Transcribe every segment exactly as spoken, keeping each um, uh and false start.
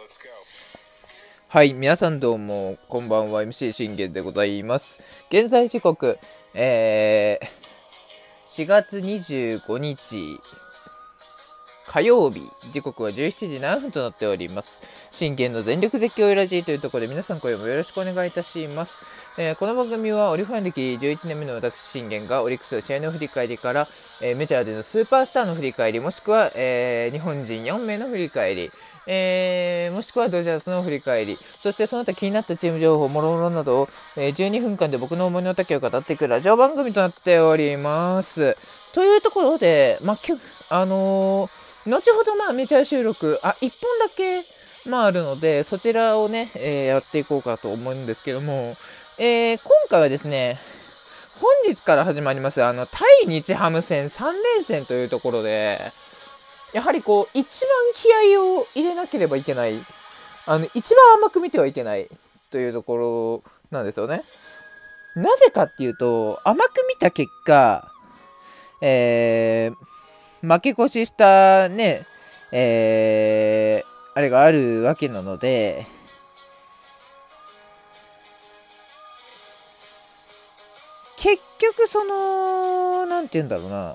はい、皆さんどうも、こんばんは、エムシー 信玄でございます。現在時刻、えー、しがつにじゅうごにち、火曜日、時刻はじゅうしちじななふんとなっております。信玄の全力絶叫ラジーというところで皆さん今夜もよろしくお願いいたします。えー、この番組はオリファン歴じゅういちねんめの私信玄がオリックスの試合の振り返りから、えー、メジャーでのスーパースターの振り返りもしくは、えー、日本人よんめいの振り返り、えー、もしくはドジャースの振り返り、そしてその他気になったチーム情報もろもろなどを、えー、じゅうにふんかんで僕の思いの丈を語っていくラジオ番組となっております。というところで、まあ、きゅあのー後ほどまあメジャー収録あいっぽんだけまああるのでそちらをね、えー、やっていこうかと思うんですけども、えー、今回はですね本日から始まりますあの対日ハム戦さんれんせんというところでやはりこう一番気合を入れなければいけないあの一番甘く見てはいけないというところなんですよね。なぜかっていうと甘く見た結果えー負け越ししたね、えー、あれがあるわけなので、結局その、なんて言うんだろうな。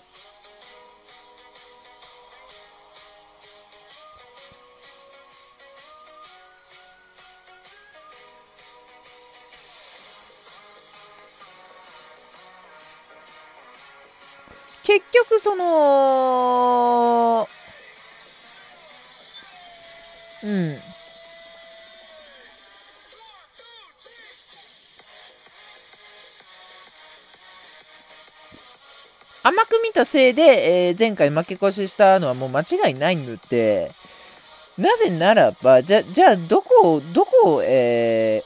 結局そのうん甘く見たせいで、えー、前回負け越ししたのはもう間違いないので、なぜならばじゃじゃあどこをどこを、え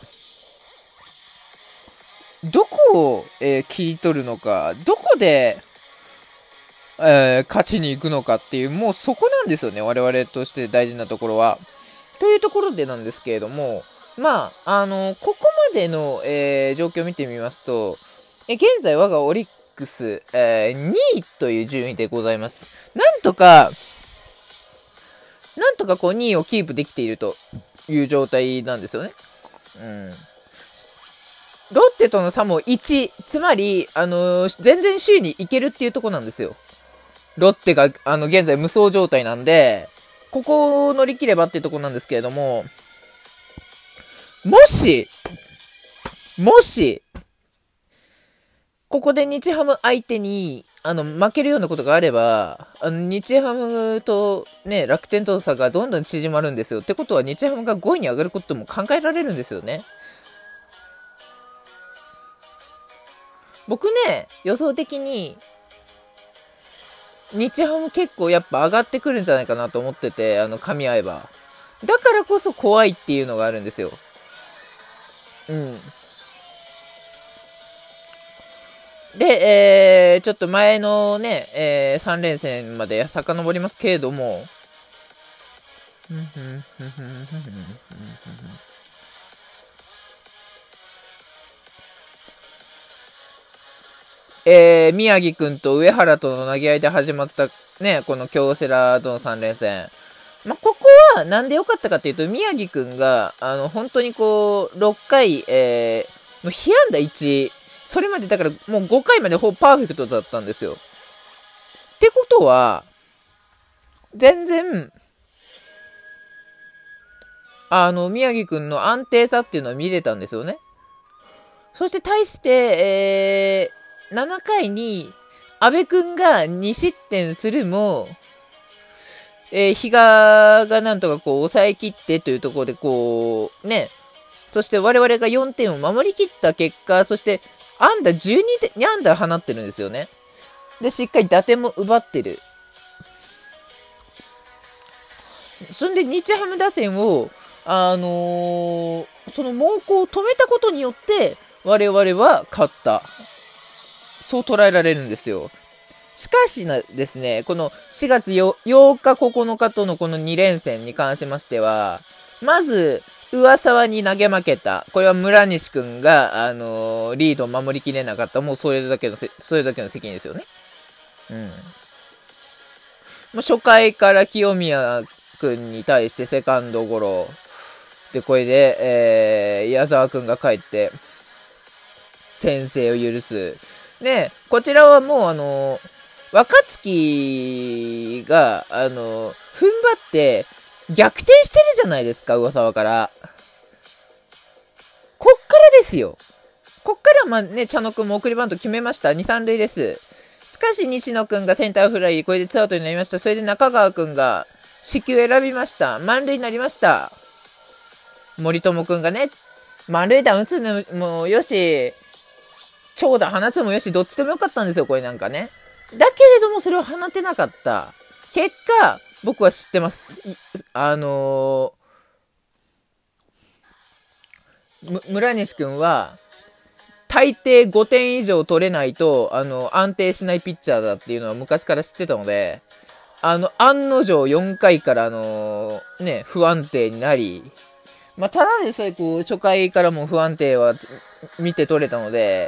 ー、どこを、えー、切り取るのかどこでえー、勝ちに行くのかっていう、もうそこなんですよね、我々として大事なところは。というところでなんですけれども、まあ、あの、ここまでの、えー、状況を見てみますと、え現在我がオリックス、えー、にいという順位でございます。なんとか、なんとかこうにいをキープできているという状態なんですよね。うん。ロッテとの差もいち、つまり、あのー、全然首位に行けるっていうところなんですよ。ロッテが、あの、現在無双状態なんで、ここを乗り切ればっていうところなんですけれども、もし、もし、ここで日ハム相手に、あの、負けるようなことがあれば、あの、日ハムとね、楽天との差がどんどん縮まるんですよ。ってことは、日ハムがごいに上がることも考えられるんですよね。僕ね、予想的に、日ハム結構やっぱ上がってくるんじゃないかなと思ってて、あの、噛み合えば。だからこそ怖いっていうのがあるんですよ。うん。で、えー、ちょっと前のね、えー、さんれんせんまで遡りますけれども、えー、宮城くんと上原との投げ合いで始まったね、この京セラとのさんれんせん。まあ、ここはなんで良かったかっていうと、宮城くんが、あの、本当にこう、ろっかい、えー、被安打いち、それまでだからもうごかいまでほぼパーフェクトだったんですよ。ってことは、全然、あの、宮城くんの安定さっていうのは見れたんですよね。そして対して、えー、ななかいに、安部くんがにしってんするも、えー、比嘉がなんとかこう抑え切ってというところでこう、ね、そして我々がよんてんを守り切った結果、そして安打じゅうに安打放ってるんですよね。で、しっかり打点も奪ってる。そんで日ハム打線を、あのー、その猛攻を止めたことによって、我々は勝った。そう捉えられるんですよ。しかしなですね、このしがつようかここのかとのこのにれんせんに関しましては、まず、上沢に投げ負けた。これは村西くんが、あのー、リードを守りきれなかった。もうそれだけの、それだけの責任ですよね。うん。もう初回から清宮君に対してセカンドゴロで、これで、えー、矢沢君が帰って先制を許す。ね、こちらはもうあの若月があの踏ん張って逆転してるじゃないですか、上沢から。こっからですよ。こっからまあね、茶野くんも送りバント決めました。に、さん塁です。しかし西野くんがセンターフライ、これでツーアウトになりました。それで中川くんが四球選びました。満塁になりました。森友くんがね、満塁弾打つのもよし、長打放つもよし、どっちでもよかったんですよ、これなんかね。だけれどもそれを放てなかった。結果、僕は知ってます。あのー、村西くんは、大抵ごてん以上取れないと、あの、安定しないピッチャーだっていうのは昔から知ってたので、あの、案の定よんかいから、あのー、ね、不安定になり、まあ、ただでさえこう、初回からも不安定は見て取れたので、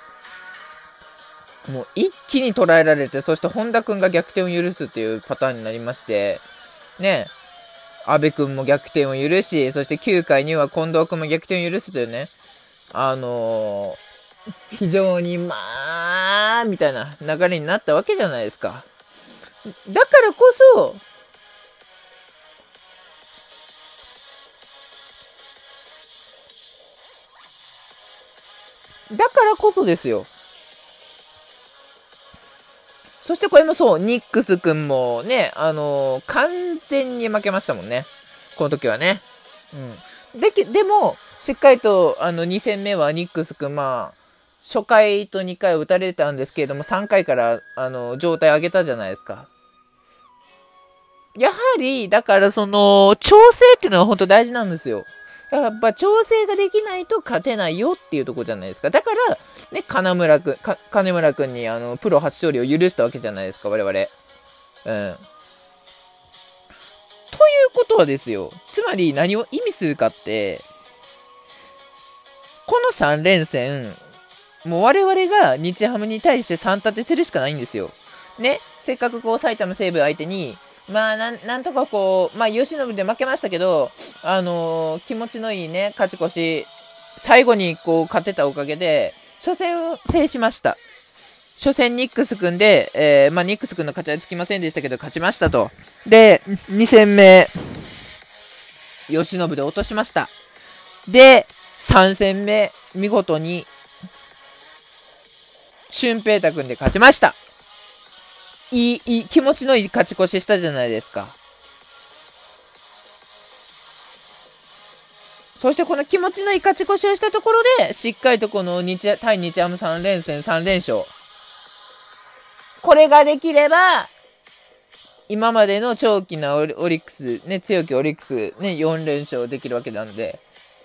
もう一気に捉えられて、そして本田くんが逆転を許すっていうパターンになりまして、ね、阿部くんも逆転を許し、そしてきゅうかいには近藤くんも逆転を許すというね、あのー、非常にまあ、みたいな流れになったわけじゃないですか。だからこそ、だからこそですよ。そしてこれもそう、ニックスくんもね、あのー、完全に負けましたもんね。この時はね。うん。で、でも、しっかりと、あの、に戦目はニックスくん、まあ、初回とにかい打たれたんですけれども、さんかいから、あの、状態上げたじゃないですか。やはり、だからその、調整っていうのは本当大事なんですよ。やっぱ調整ができないと勝てないよっていうところじゃないですか。だから、ね、金村くん、か金村くんにあの、プロ初勝利を許したわけじゃないですか、我々。うん。ということはですよ。つまり何を意味するかって、このさん連戦、もう我々が日ハムに対してさん立てするしかないんですよ。ね、せっかくこう埼玉西武相手に、まあなん、なんとかこう、まあ、吉信で負けましたけど、あのー、気持ちのいいね、勝ち越し、最後にこう、勝てたおかげで、初戦を制しました。初戦ニックス君で、えー、まあ、ニックス君の勝ちはつきませんでしたけど、勝ちましたと。で、に戦目、吉信で落としました。で、さん戦目、見事に、俊平太君で勝ちました。いい、いい、気持ちのいい勝ち越ししたじゃないですか。そしてこの気持ちのいい勝ち越しをしたところで、しっかりとこの日、対日ハムさん連戦さん連勝。これができれば、今までの長期なオリックス、ね、強きオリックス、ね、よん連勝できるわけなんで。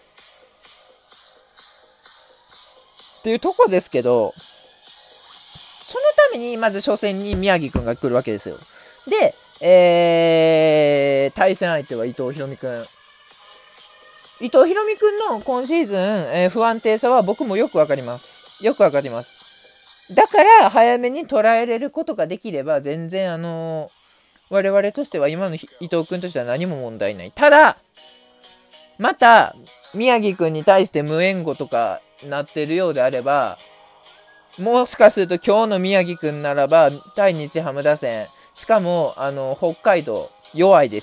っていうとこですけど、そのために、まず初戦に宮城くんが来るわけですよ。で、えー、対戦相手は伊藤大海くん。伊藤大海くんの今シーズン、えー、不安定さは僕もよくわかります。よくわかります。だから、早めに捉えれることができれば、全然あのー、我々としては、今の伊藤くんとしては何も問題ない。ただ、また、宮城くんに対して無援護とかなってるようであれば、もしかすると今日の宮城くんならば、対日ハム打線、しかも、あの、北海道、弱いです。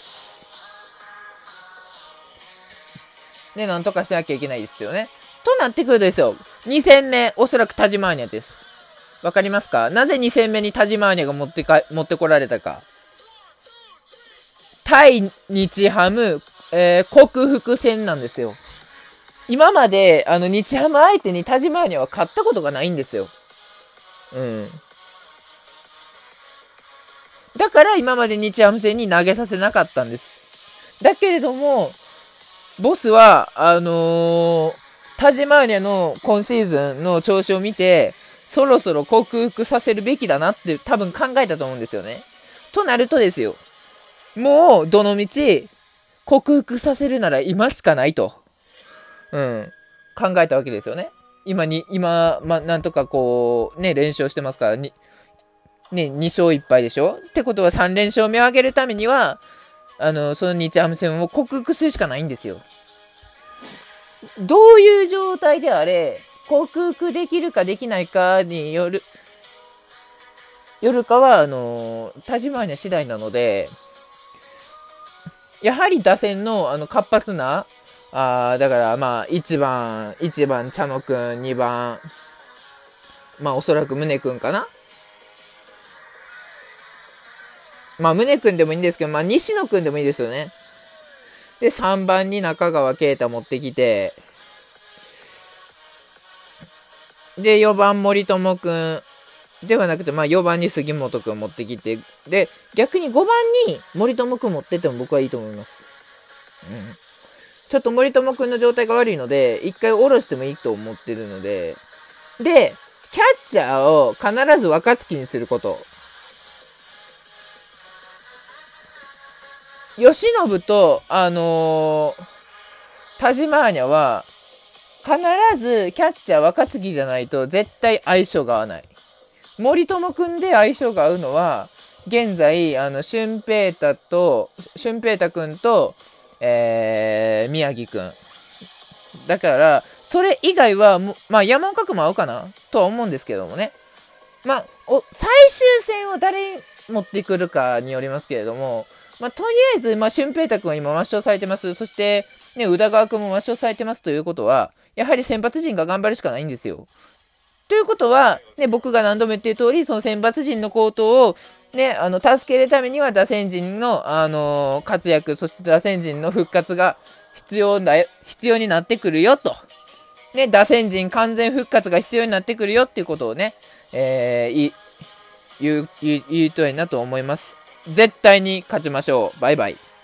ね、なんとかしなきゃいけないですよね。となってくるとですよ、に戦目、おそらく田島アーニャです。わかりますか？なぜに戦目に田島アーニャが持ってか、持ってこられたか。対日ハム、えー、克服戦なんですよ。今まで、あの、日ハム相手に田島アーニャは勝ったことがないんですよ。うん。だから今まで日ハム戦に投げさせなかったんです。だけれども、ボスは、あのー、田島アーニャの今シーズンの調子を見て、そろそろ克服させるべきだなって多分考えたと思うんですよね。となるとですよ。もう、どのみち、克服させるなら今しかないと。うん。考えたわけですよね。今に、今、ま、なんとかこう、ね、連勝してますから、に、ね、に勝いっ敗でしょってことはさん連勝目を上げるためには、 あの、その日ハム戦を克服するしかないんですよ。どういう状態であれ、克服できるかできないかによる、よるかは、あの、田島には次第なので、やはり打線の、あの、活発な、あだから、まあ、いちばん、いちばん、茶野くん、にばん、まあ、おそらく宗くんかな。まあ、宗くんでもいいんですけど、まあ、西野くんでもいいですよね。で、さんばんに中川圭太持ってきて、で、よばん森友くんではなくて、まあ、よばんに杉本くん持ってきて、で、逆にごばんに森友くん持ってっても僕はいいと思います。うん。ちょっと森友くんの状態が悪いので、一回下ろしてもいいと思ってるので、で、キャッチャーを必ず若月にすること。吉信と、あのー、田島アーニャは、必ずキャッチャー若月じゃないと絶対相性が合わない。森友くんで相性が合うのは、現在、あの、俊平太と、俊平太くんと、えー、宮城くん。だから、それ以外は、まあ、山岡くんも合うかなとは思うんですけどもね。まあ、お、最終戦を誰持ってくるかによりますけれども、まあ、とりあえず、まあ、俊平太くんは今抹消されてます。そして、ね、宇田川くんも抹消されてますということは、やはり先発陣が頑張るしかないんですよ。ということは、ね、僕が何度も言っている通り、その選抜陣の高騰を、ね、あの、助けるためには打線陣の、あのー、活躍、そして打線陣の復活が必要だよ、必要になってくるよ、と。ね、打線陣完全復活が必要になってくるよっていうことをね、えー、言う、言う、言うといいなと思います。絶対に勝ちましょう。バイバイ。